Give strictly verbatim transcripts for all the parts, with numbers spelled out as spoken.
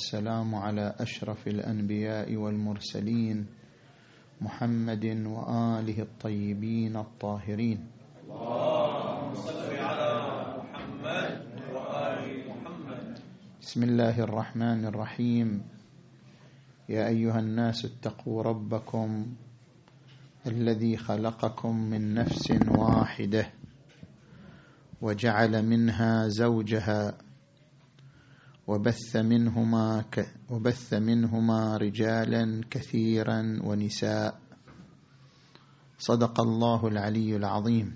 والسلام على أشرف الأنبياء والمرسلين محمد وآله الطيبين الطاهرين. اللهم صل على محمد وآل محمد. بسم الله الرحمن الرحيم. يا أيها الناس اتقوا ربكم الذي خلقكم من نفس واحدة وجعل منها زوجها وبث منهما ك... وبث منهما رجالا كثيرا ونساء. صدق الله العلي العظيم.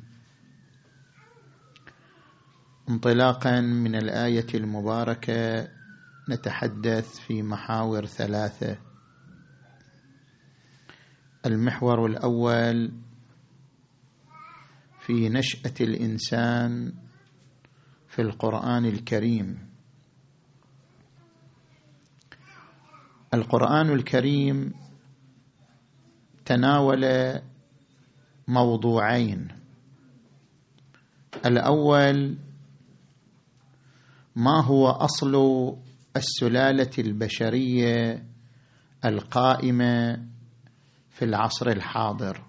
انطلاقا من الآية المباركة نتحدث في محاور ثلاثة. المحور الأول في نشأة الإنسان في القرآن الكريم. القرآن الكريم تناول موضوعين. الأول ما هو أصل السلالة البشرية القائمة في العصر الحاضر،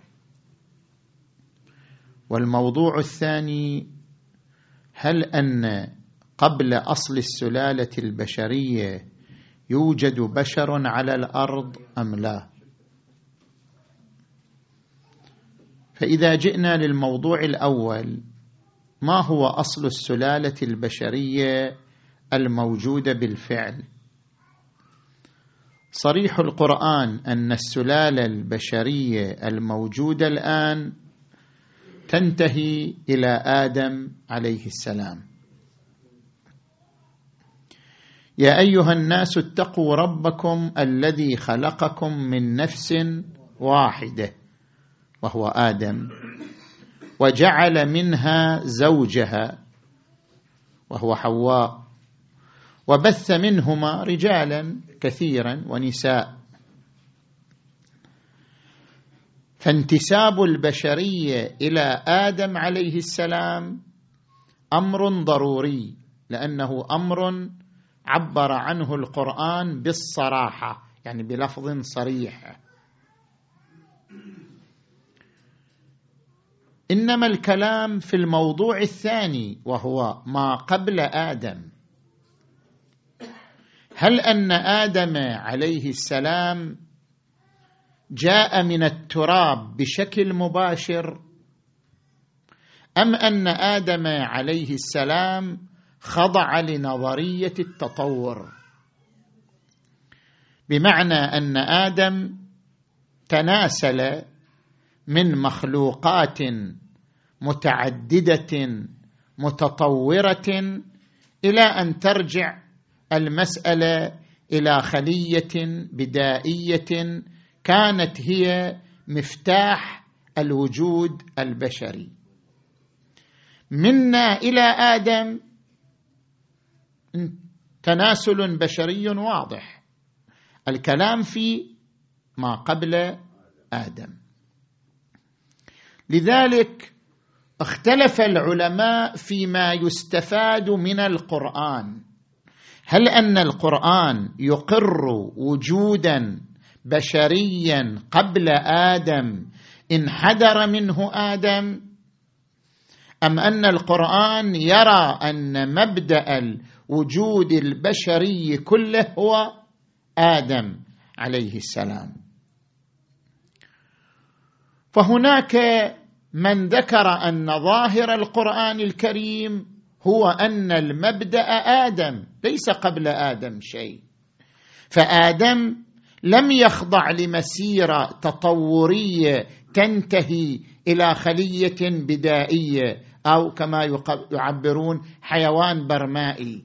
والموضوع الثاني هل أن قبل أصل السلالة البشرية يوجد بشر على الأرض أم لا؟ فإذا جئنا للموضوع الأول، ما هو أصل السلالة البشرية الموجودة بالفعل؟ صريح القرآن أن السلالة البشرية الموجودة الآن تنتهي إلى آدم عليه السلام. يا أيها الناس اتقوا ربكم الذي خلقكم من نفس واحدة وهو آدم، وجعل منها زوجها وهو حواء، وبث منهما رجالا كثيرا ونساء. فانتساب البشرية إلى آدم عليه السلام أمر ضروري، لأنه أمر عبر عنه القرآن بالصراحة، يعني بلفظ صريح. إنما الكلام في الموضوع الثاني وهو ما قبل آدم. هل أن آدم عليه السلام جاء من التراب بشكل مباشر، أم أن آدم عليه السلام خضع لنظرية التطور، بمعنى أن آدم تناسل من مخلوقات متعددة متطورة إلى أن ترجع المسألة إلى خلية بدائية كانت هي مفتاح الوجود البشري. منا إلى آدم تناسل بشري واضح. الكلام في ما قبل آدم. لذلك اختلف العلماء فيما يستفاد من القرآن. هل أن القرآن يقر وجودا بشريا قبل آدم انحدر منه آدم، أم أن القرآن يرى أن مبدأ الوجود البشري كله هو آدم عليه السلام؟ فهناك من ذكر أن ظاهر القرآن الكريم هو أن المبدأ آدم، ليس قبل آدم شيء، فآدم لم يخضع لمسيرة تطورية تنتهي إلى خلية بدائية أو كما يعبرون حيوان برمائي.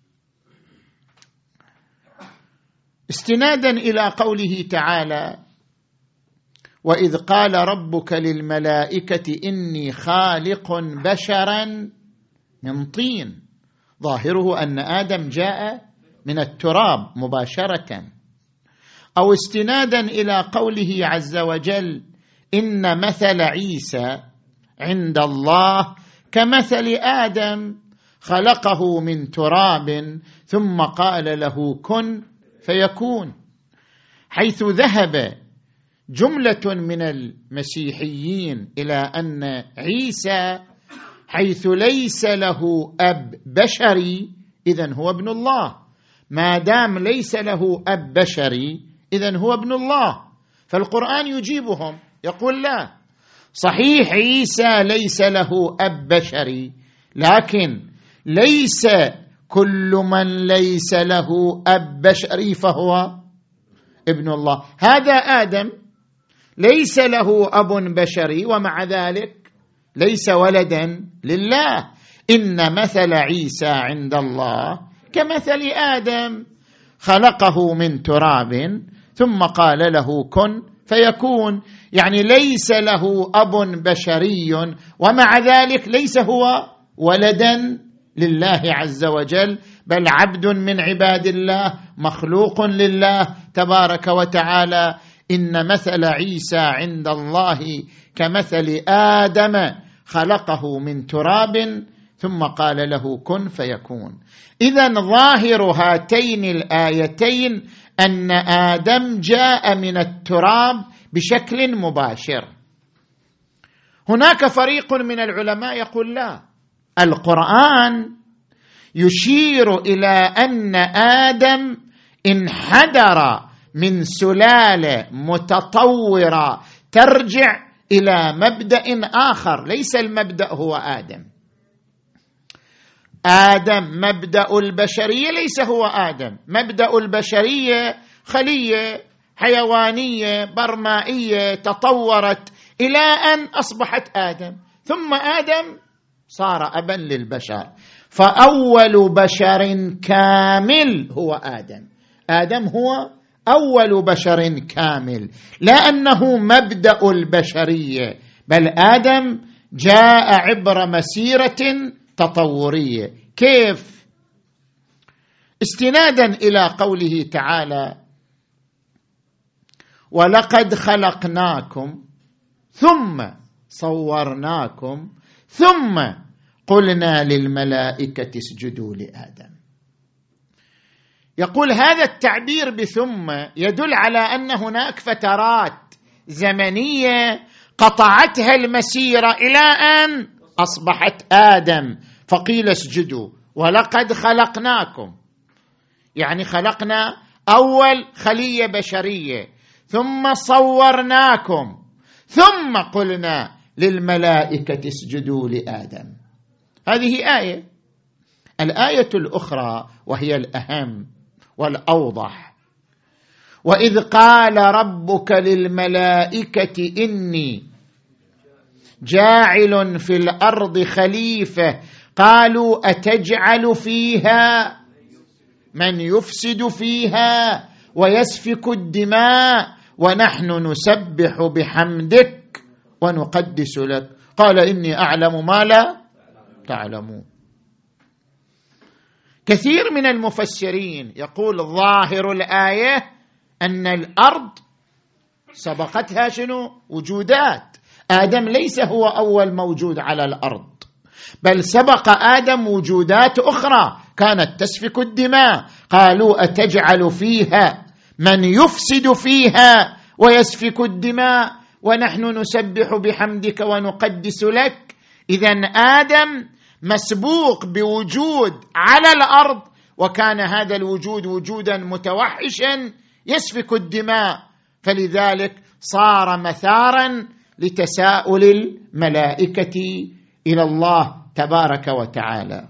استنادا إلى قوله تعالى: وإذ قال ربك للملائكة إني خالق بشرا من طين، ظاهره أن آدم جاء من التراب مباشرة. أو استنادا إلى قوله عز وجل: إن مثل عيسى عند الله كمثل آدم خلقه من تراب ثم قال له كن فيكون. حيث ذهب جملة من المسيحيين إلى أن عيسى حيث ليس له أب بشري إذن هو ابن الله، ما دام ليس له أب بشري إذن هو ابن الله، فالقرآن يجيبهم يقول لا، صحيح عيسى ليس له أب بشري، لكن ليس كل من ليس له أب بشري فهو ابن الله. هذا آدم ليس له أب بشري ومع ذلك ليس ولدا لله. إن مثل عيسى عند الله كمثل آدم، خلقه من تراب ثم قال له كن فيكون، يعني ليس له أب بشري ومع ذلك ليس هو ولدا لله عز وجل، بل عبد من عباد الله مخلوق لله تبارك وتعالى. إن مثل عيسى عند الله كمثل آدم خلقه من تراب ثم قال له كن فيكون. إذن ظاهر هاتين الآيتين أن آدم جاء من التراب بشكل مباشر. هناك فريق من العلماء يقول لا، القرآن يشير إلى أن آدم انحدر من سلالة متطورة ترجع إلى مبدأ آخر، ليس المبدأ هو آدم. آدم مبدأ البشرية ليس هو آدم، مبدأ البشرية خلية حيوانية برمائية تطورت إلى أن أصبحت آدم، ثم آدم صار أبا للبشر، فأول بشر كامل هو آدم. آدم هو أول بشر كامل، لا أنه مبدأ البشرية، بل آدم جاء عبر مسيرة تطورية. كيف؟ استنادا إلى قوله تعالى ولقد خلقناكم ثم صورناكم ثم قلنا للملائكة اسجدوا لآدم. يقول هذا التعبير بثم يدل على أن هناك فترات زمنية قطعتها المسيرة إلى أن أصبحت آدم، فقيل اسجدوا. ولقد خلقناكم يعني خلقنا أول خلية بشرية، ثم صورناكم ثم قلنا للملائكة اسجدوا لآدم. هذه آية. الآية الأخرى وهي الأهم والأوضح، وإذ قال ربك للملائكة إني جاعل في الأرض خليفة قالوا أتجعل فيها من يفسد فيها ويسفك الدماء ونحن نسبح بحمدك ونقدس لك قال إني أعلم ما لا تعلمون. كثير من المفسرين يقول ظاهر الآية أن الأرض سبقتها شنو؟ وجودات. آدم ليس هو أول موجود على الأرض، بل سبق آدم وجودات أخرى كانت تسفك الدماء. قالوا أتجعل فيها من يفسد فيها ويسفك الدماء ونحن نسبح بحمدك ونقدس لك. إذن آدم مسبوق بوجود على الأرض، وكان هذا الوجود وجودا متوحشا يسفك الدماء، فلذلك صار مثارا لتساؤل الملائكة إلى الله تبارك وتعالى.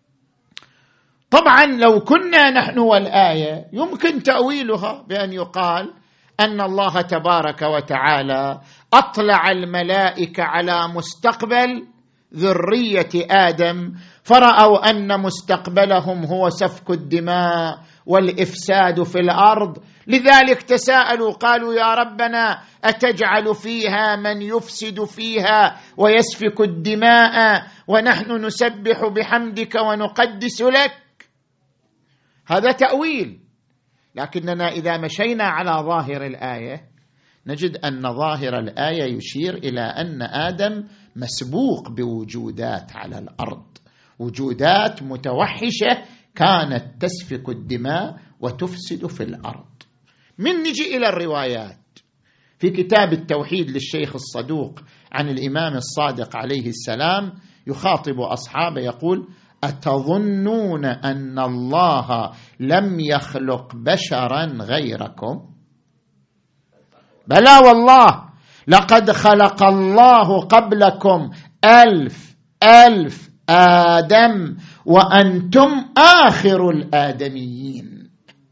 طبعا لو كنا نحن والآية يمكن تأويلها بأن يقال أن الله تبارك وتعالى أطلع الملائكة على مستقبل ذرية آدم، فرأوا أن مستقبلهم هو سفك الدماء والإفساد في الأرض، لذلك تساءلوا قالوا يا ربنا أتجعل فيها من يفسد فيها ويسفك الدماء ونحن نسبح بحمدك ونقدس لك. هذا تأويل، لكننا إذا مشينا على ظاهر الآية نجد أن ظاهر الآية يشير إلى أن آدم مسبوق بوجودات على الأرض، وجودات متوحشة كانت تسفك الدماء وتفسد في الأرض. من نجي إلى الروايات، في كتاب التوحيد للشيخ الصدوق عن الإمام الصادق عليه السلام يخاطب أصحابه يقول: أتظنون أن الله لم يخلق بشرا غيركم؟ بلى والله، لقد خلق الله قبلكم ألف ألف آدم وأنتم آخر الآدميين.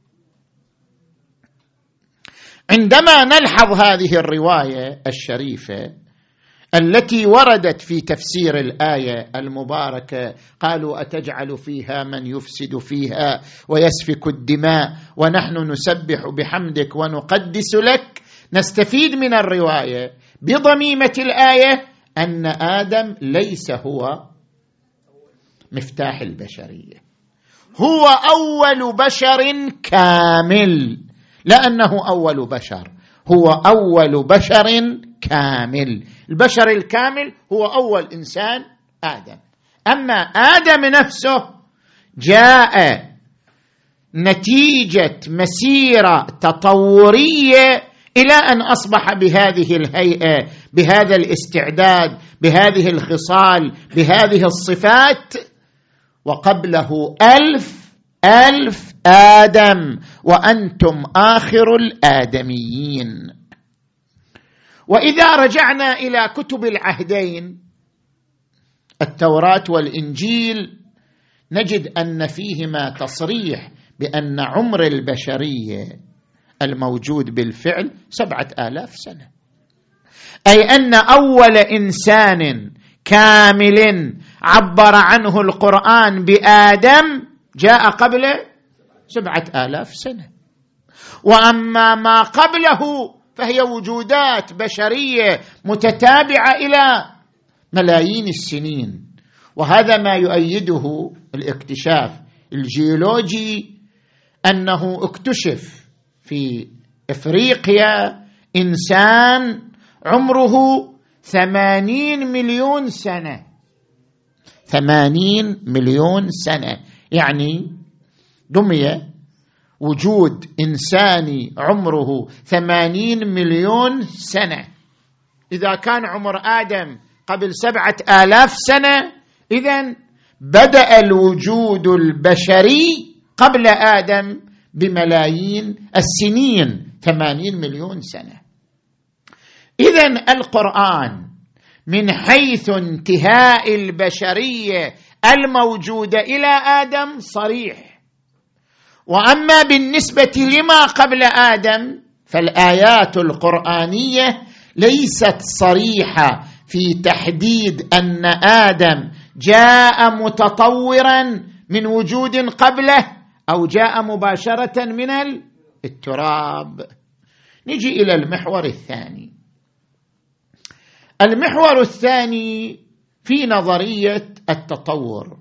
عندما نلحظ هذه الرواية الشريفة التي وردت في تفسير الآية المباركة، قالوا: أتجعل فيها من يفسد فيها ويسفك الدماء ونحن نسبح بحمدك ونقدس لك، نستفيد من الرواية بضميمة الآية أن آدم ليس هو مفتاح البشرية، هو أول بشر كامل، لأنه أول بشر، هو أول بشر كامل. البشر الكامل هو أول إنسان آدم. أما آدم نفسه جاء نتيجة مسيرة تطورية إلى أن أصبح بهذه الهيئة، بهذا الاستعداد، بهذه الخصال، بهذه الصفات، وقبله ألف ألف آدم وأنتم آخر الآدميين. وإذا رجعنا إلى كتب العهدين التوراة والإنجيل نجد أن فيهما تصريح بأن عمر البشرية الموجود بالفعل سبعة آلاف سنة، أي أن أول إنسان كامل عبر عنه القرآن بآدم جاء قبل سبعة آلاف سنة. وأما ما قبله فهي وجودات بشرية متتابعة إلى ملايين السنين. وهذا ما يؤيده الاكتشاف الجيولوجي، أنه اكتشف في إفريقيا إنسان عمره ثمانين مليون سنة، ثمانين مليون سنة، يعني دمية وجود إنساني عمره ثمانين مليون سنة. إذا كان عمر آدم قبل سبعة آلاف سنة، إذن بدأ الوجود البشري قبل آدم بملايين السنين، ثمانين مليون سنة. إذن القرآن من حيث انتهاء البشرية الموجودة إلى آدم صريح. وأما بالنسبة لما قبل آدم فالآيات القرآنية ليست صريحة في تحديد أن آدم جاء متطورا من وجود قبله أو جاء مباشرة من التراب. نجي إلى المحور الثاني. المحور الثاني في نظرية التطور.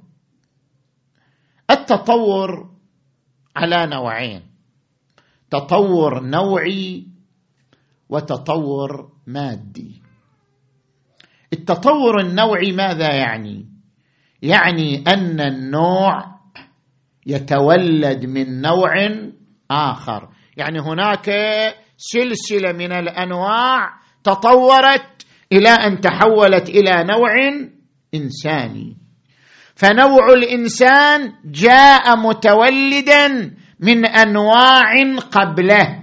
التطور على نوعين: تطور نوعي وتطور مادي. التطور النوعي ماذا يعني؟ يعني أن النوع يتولد من نوع آخر، يعني هناك سلسلة من الأنواع تطورت إلى أن تحولت إلى نوع إنساني، فنوع الإنسان جاء متولدا من أنواع قبله.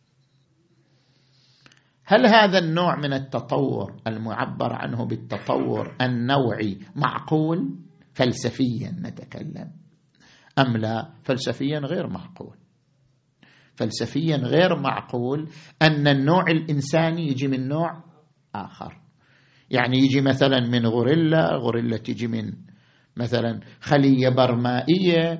هل هذا النوع من التطور المعبر عنه بالتطور النوعي معقول فلسفيا نتكلم أم لا؟ فلسفيا غير معقول. فلسفيا غير معقول أن النوع الإنساني يجي من نوع آخر، يعني يجي مثلا من غوريلا، غوريلا تجي من مثلا خلية برمائية.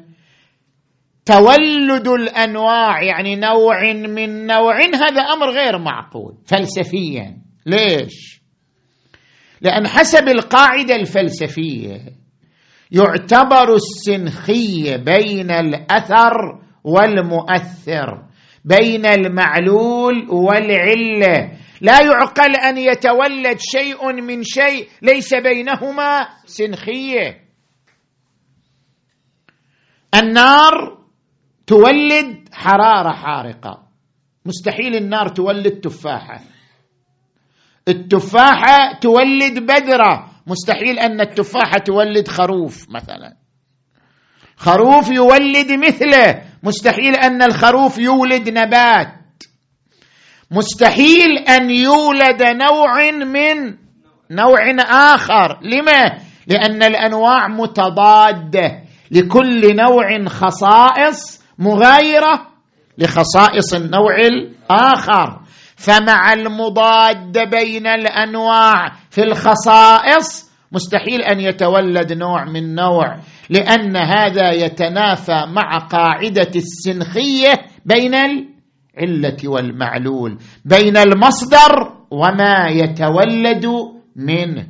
تولد الأنواع يعني نوع من نوع، هذا أمر غير معقول فلسفيا. ليش؟ لأن حسب القاعدة الفلسفية يعتبر السنخية بين الأثر والمؤثر، بين المعلول والعلة. لا يعقل أن يتولد شيء من شيء ليس تولد حرارة حارقة، مستحيل النار تولد تفاحة. التفاحة تولد بذرة، مستحيل أن التفاحة تولد خروف مثلا. خروف يولد مثله، مستحيل أن الخروف يولد نبات. مستحيل أن يولد نوع من نوع آخر. لما؟ لأن الأنواع متضادة، لكل نوع خصائص مغايرة لخصائص النوع الآخر. فمع المضاد بين الأنواع في الخصائص مستحيل أن يتولد نوع من نوع، لأن هذا يتنافى مع قاعدة السنخية بين العلة والمعلول، بين المصدر وما يتولد منه.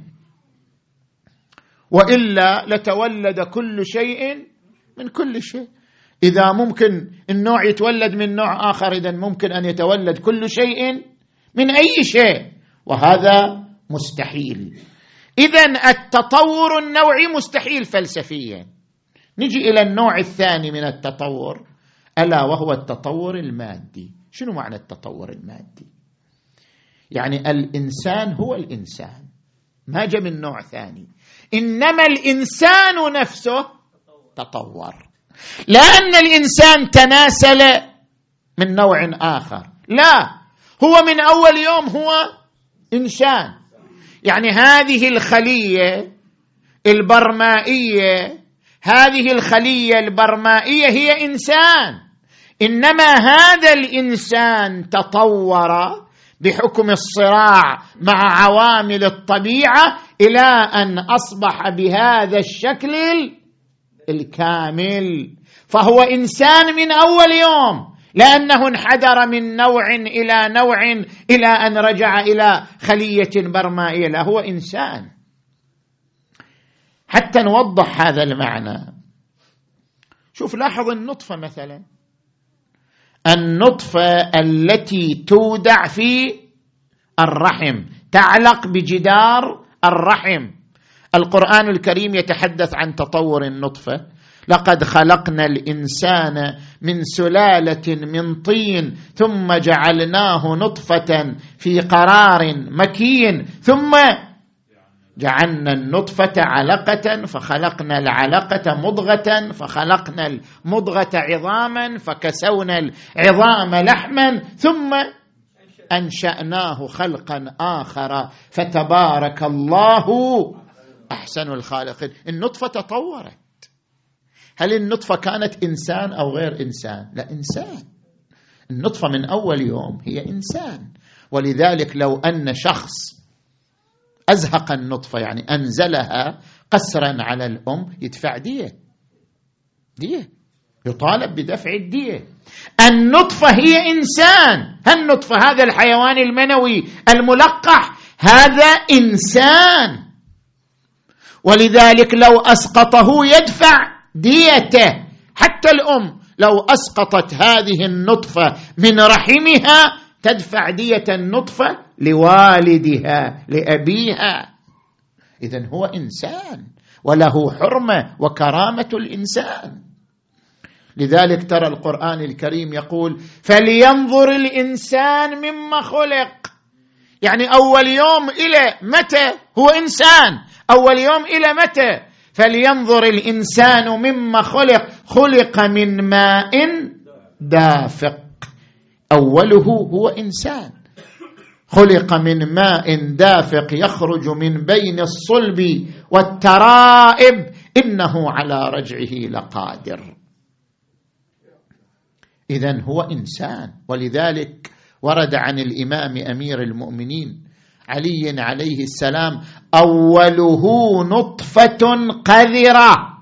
وإلا لتولد كل شيء من كل شيء. إذا ممكن النوع يتولد من نوع آخر، إذن ممكن أن يتولد كل شيء من أي شيء، وهذا مستحيل. إذن التطور النوعي مستحيل فلسفيا. نجي إلى النوع الثاني من التطور، ألا وهو التطور المادي. شنو معنى التطور المادي؟ يعني الإنسان هو الإنسان، ما جاء من نوع ثاني، إنما الإنسان نفسه تطور. لا أن الإنسان تناسل من نوع آخر، لا، هو من أول يوم هو إنسان. يعني هذه الخلية البرمائية، هذه الخلية البرمائية هي إنسان، إنما هذا الإنسان تطور بحكم الصراع مع عوامل الطبيعة إلى أن أصبح بهذا الشكل الكامل. فهو إنسان من أول يوم، لأنه انحدر من نوع إلى نوع إلى أن رجع إلى خلية برمائية. لا، هو إنسان. حتى نوضح هذا المعنى، شوف لاحظ النطفة مثلا، النطفة التي تودع في الرحم تعلق بجدار الرحم. القرآن الكريم يتحدث عن تطور النطفة: لقد خلقنا الإنسان من سلالة من طين ثم جعلناه نطفة في قرار مكين ثم جعلنا النطفة علقة فخلقنا العلقة مضغة فخلقنا المضغة عظاما فكسونا العظام لحما ثم أنشأناه خلقا آخر فتبارك الله أحسن الخالقين. النطفة تطورت. هل النطفة كانت إنسان أو غير إنسان؟ لا، إنسان. النطفة من أول يوم هي إنسان. ولذلك لو أن شخص أزهق النطفة، يعني أنزلها قسرا على الأم، يدفع دية دية يطالب بدفع الدية. النطفة هي إنسان. هالنطفة هذا الحيوان المنوي الملقح هذا إنسان، ولذلك لو أسقطه يدفع ديته. حتى الأم لو أسقطت هذه النطفة من رحمها تدفع دية النطفة لوالدها لأبيها. إذن هو إنسان وله حرمة وكرامة الإنسان. لذلك ترى القرآن الكريم يقول: فلينظر الإنسان مما خلق. يعني أول يوم إلى متى هو إنسان؟ أول يوم إلى متى؟ فلينظر الإنسان مما خلق. خلق من ماء دافق. أوله هو إنسان، خلق من ماء دافق يخرج من بين الصلب والترائب إنه على رجعه لقادر. إذن هو إنسان. ولذلك ورد عن الإمام أمير المؤمنين علي عليه السلام: أوله نطفة قذرة.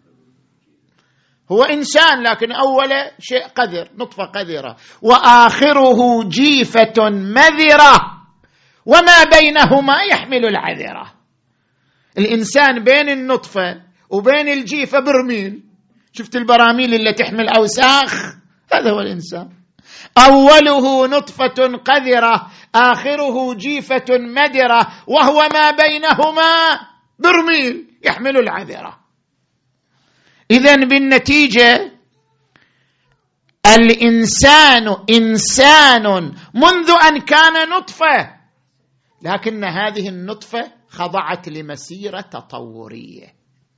هو إنسان لكن أول شيء قذر، نطفة قذرة، وآخره جيفة مذرة وما بينهما يحمل العذرة. الإنسان بين النطفة وبين الجيفة برميل. شفت البراميل اللي تحمل أوساخ؟ هذا هو الإنسان. أوله نطفة قذرة آخره جيفة مدرة وهو ما بينهما برميل يحمل العذرة. إذن بالنتيجة الإنسان إنسان منذ أن كان نطفة، لكن هذه النطفة خضعت لمسيرة تطورية،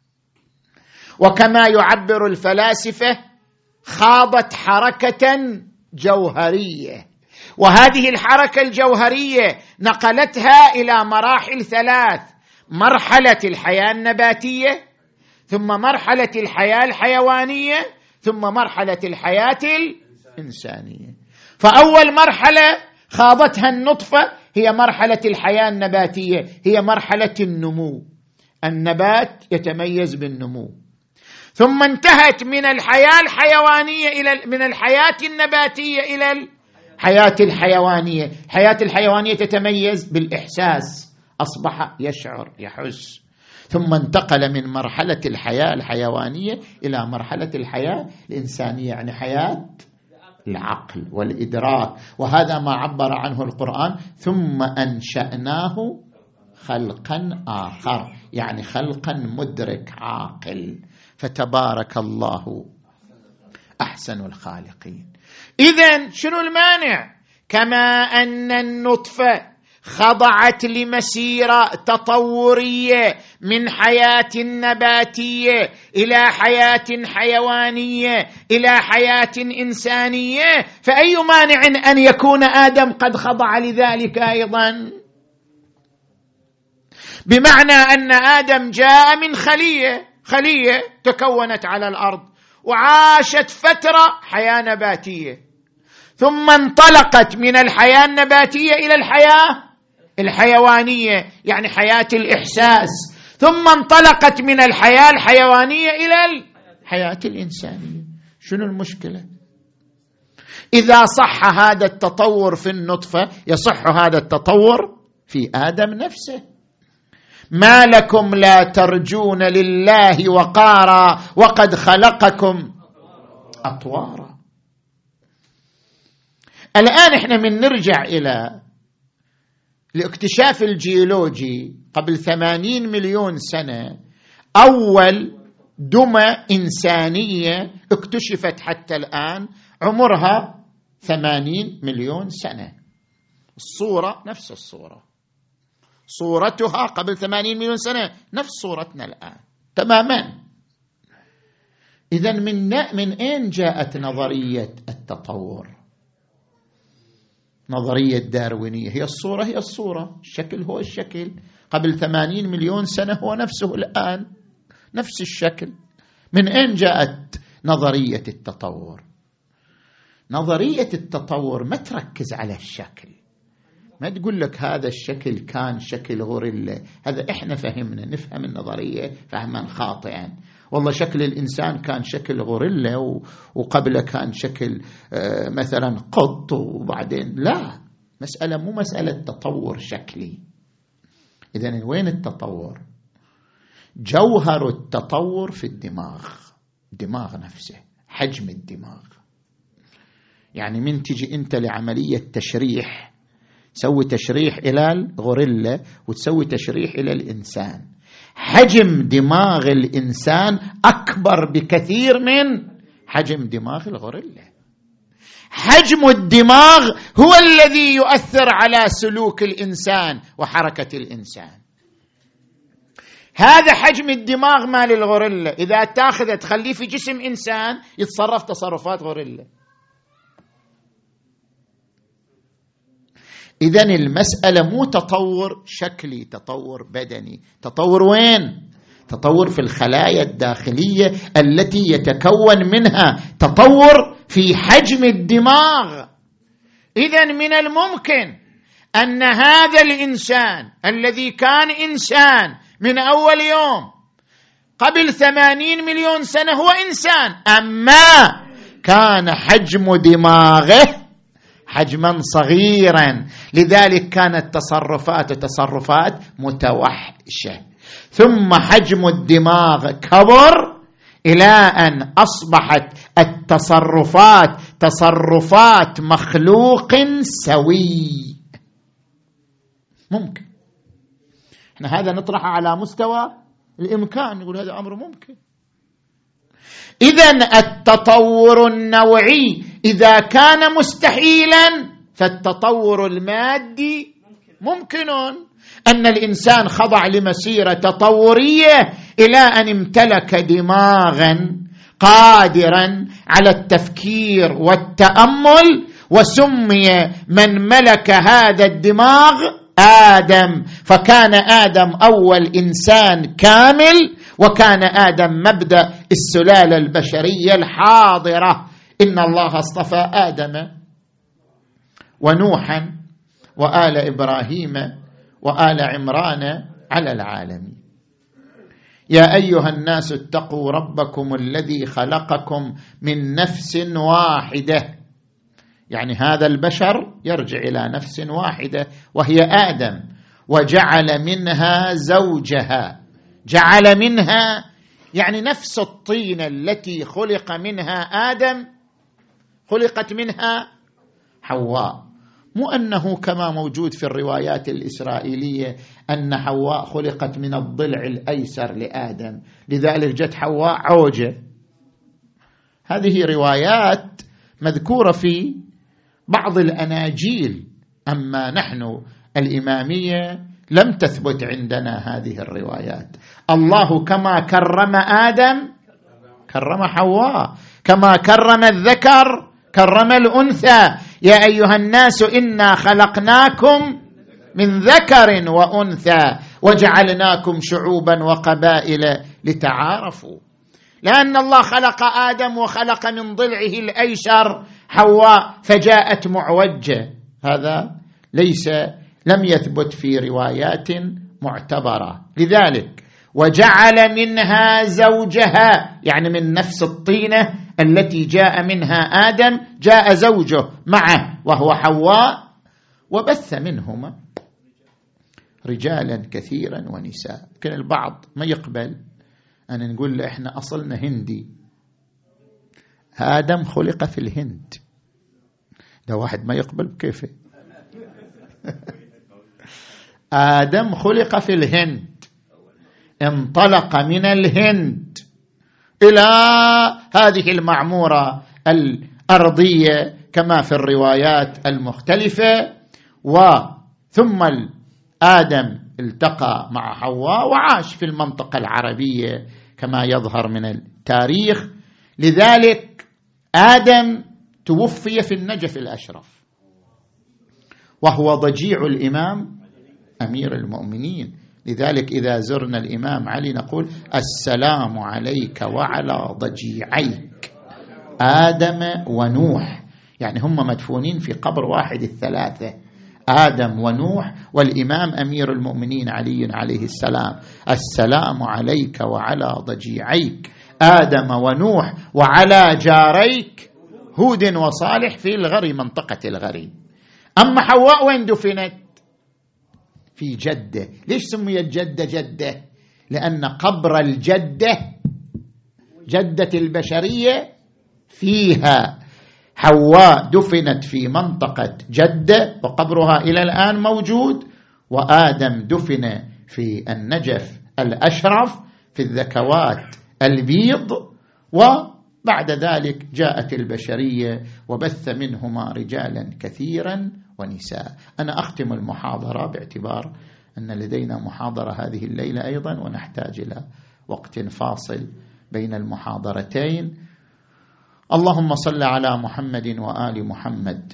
وكما يعبر الفلاسفة خاضت حركة جوهرية، وهذه الحركة الجوهرية نقلتها إلى مراحل ثلاث: مرحلة الحياة النباتية، ثم مرحلة الحياة الحيوانية، ثم مرحلة الحياة الإنسانية. فأول مرحلة خاضتها النطفة هي مرحلة الحياة النباتية، هي مرحلة النمو. النبات يتميز بالنمو. ثم انتهت من الحياة الحيوانية إلى من الحياة النباتية إلى الحياة الحيوانية. الحياة الحيوانية تتميز بالإحساس، أصبح يشعر يحس. ثم انتقل من مرحلة الحياة الحيوانية إلى مرحلة الحياة الإنسانية، يعني حياة العقل والإدراك. وهذا ما عبر عنه القرآن: ثم أنشأناه خلقا آخر، يعني خلقا مدرك عاقل. فتبارك الله أحسن الخالقين. إذن شنو المانع؟ كما أن النطفة خضعت لمسيرة تطورية من حياة نباتية إلى حياة حيوانية إلى حياة إنسانية، فأي مانع أن يكون آدم قد خضع لذلك أيضا؟ بمعنى أن آدم جاء من خلية خلية تكونت على الأرض وعاشت فترة حياة نباتية، ثم انطلقت من الحياة النباتية إلى الحياة الحيوانية، يعني حياة الإحساس، ثم انطلقت من الحياة الحيوانية إلى الحياة الإنسانية. شنو المشكلة؟ إذا صح هذا التطور في النطفة، يصح هذا التطور في آدم نفسه. ما لكم لا ترجون لله وقارا وقد خلقكم أطوارا. الآن احنا من نرجع إلى الاكتشاف الجيولوجي قبل ثمانين مليون سنة، أول دمى إنسانية اكتشفت حتى الآن عمرها ثمانين مليون سنة. الصورة نفس الصورة، صورتها قبل ثمانين مليون سنة نفس صورتنا الآن تماما. إذن من من أين جاءت نظرية التطور؟ نظرية داروينية. هي الصورة هي الصورة، الشكل هو الشكل. قبل ثمانين مليون سنة هو نفسه الآن، نفس الشكل. من أين جاءت نظرية التطور؟ نظرية التطور ما تركز على الشكل، ما تقول لك هذا الشكل كان شكل غوريلا. هذا إحنا فهمنا، نفهم النظرية فهما خاطئا. والله شكل الإنسان كان شكل غوريلا وقبله كان شكل مثلا قط وبعدين لا. مسألة مو مسألة تطور شكلي. إذن وين التطور؟ جوهر التطور في الدماغ، الدماغ نفسه، حجم الدماغ. يعني من تجي أنت لعملية تشريح، تسوي تشريح إلى الغوريلا وتسوي تشريح إلى الإنسان، حجم دماغ الإنسان أكبر بكثير من حجم دماغ الغوريلا. حجم الدماغ هو الذي يؤثر على سلوك الإنسان وحركة الإنسان. هذا حجم الدماغ مال الغوريلا، إذا تاخذ تخليه في جسم إنسان يتصرف تصرفات غوريلا. إذن المسألة مو تطور شكلي، تطور بدني. تطور وين؟ تطور في الخلايا الداخلية التي يتكون منها تطور في حجم الدماغ. إذن من الممكن أن هذا الإنسان الذي كان إنسان من أول يوم قبل ثمانين مليون سنة هو إنسان، أما كان حجم دماغه حجما صغيرا، لذلك كانت تصرفات تصرفات متوحشة. ثم حجم الدماغ كبر إلى أن أصبحت التصرفات تصرفات مخلوق سوي. ممكن احنا هذا نطرحه على مستوى الإمكان، نقول هذا أمر ممكن. إذن التطور النوعي إذا كان مستحيلا فالتطور المادي ممكن. أن الإنسان خضع لمسيرة تطورية إلى أن امتلك دماغا قادرا على التفكير والتأمل، وسمي من ملك هذا الدماغ آدم، فكان آدم أول إنسان كامل، وكان آدم مبدأ السلالة البشرية الحاضرة. إن الله اصطفى آدم ونوحا وآل إبراهيم وآل عمران على العالمين. يا أيها الناس اتقوا ربكم الذي خلقكم من نفس واحدة، يعني هذا البشر يرجع إلى نفس واحدة وهي آدم، وجعل منها زوجها. جعل منها يعني نفس الطينة التي خلق منها آدم خلقت منها حواء. مو أنه كما موجود في الروايات الإسرائيلية أن حواء خلقت من الضلع الأيسر لآدم لذلك جت حواء عوجة. هذه روايات مذكورة في بعض الأناجيل، أما نحن الإمامية لم تثبت عندنا هذه الروايات. الله كما كرم آدم كرم حواء، كما كرم الذكر كرم الأنثى. يا أيها الناس إنا خلقناكم من ذكر وأنثى وجعلناكم شعوبا وقبائل لتعارفوا. لأن الله خلق آدم وخلق من ضلعه الأيسر حواء فجاءت معوجة، هذا ليس لم يثبت في روايات معتبرة. لذلك وجعل منها زوجها، يعني من نفس الطينة التي جاء منها آدم جاء زوجه معه وهو حواء، وبث منهما رجالا كثيرا ونساء. لكن البعض ما يقبل أن نقول له إحنا أصلنا هندي، آدم خلق في الهند. ده واحد ما يقبل بكيفه. آدم خلق في الهند، انطلق من الهند إلى هذه المعمورة الأرضية كما في الروايات المختلفة، وثم آدم التقى مع حواء وعاش في المنطقة العربية كما يظهر من التاريخ. لذلك آدم توفي في النجف الأشرف وهو ضجيع الإمام أمير المؤمنين. لذلك إذا زرنا الإمام علي نقول السلام عليك وعلى ضجيعيك آدم ونوح، يعني هم مدفونين في قبر واحد الثلاثة، آدم ونوح والإمام أمير المؤمنين علي عليه السلام. السلام عليك وعلى ضجيعيك آدم ونوح وعلى جاريك هود وصالح في الغري، منطقة الغري. أما حواء وين دفنت؟ في جدة. ليش سميت جدة جدة؟ لأن قبر الجدة جدة البشرية فيها. حواء دفنت في منطقة جدة وقبرها إلى الآن موجود، وآدم دفن في النجف الأشرف في الذكوات البيض، وبعد ذلك جاءت البشرية وبث منهما رجالا كثيرا ونساء. أنا أختم المحاضرة باعتبار أن لدينا محاضرة هذه الليلة أيضا ونحتاج إلى وقت فاصل بين المحاضرتين. اللهم صل على محمد وآل محمد.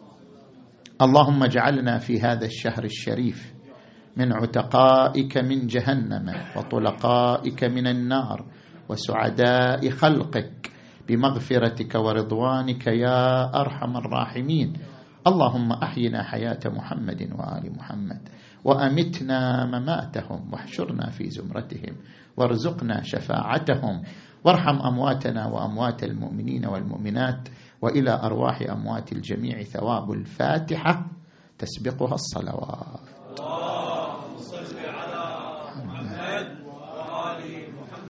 اللهم اجعلنا في هذا الشهر الشريف من عتقائك من جهنم وطلقائك من النار وسعداء خلقك بمغفرتك ورضوانك يا أرحم الراحمين. اللهم أحينا حياة محمد وآل محمد وأمتنا مماتهم واحشرنا في زمرتهم وارزقنا شفاعتهم، وارحم أمواتنا وأموات المؤمنين والمؤمنات، وإلى أرواح أموات الجميع ثواب الفاتحة تسبقها الصلوات.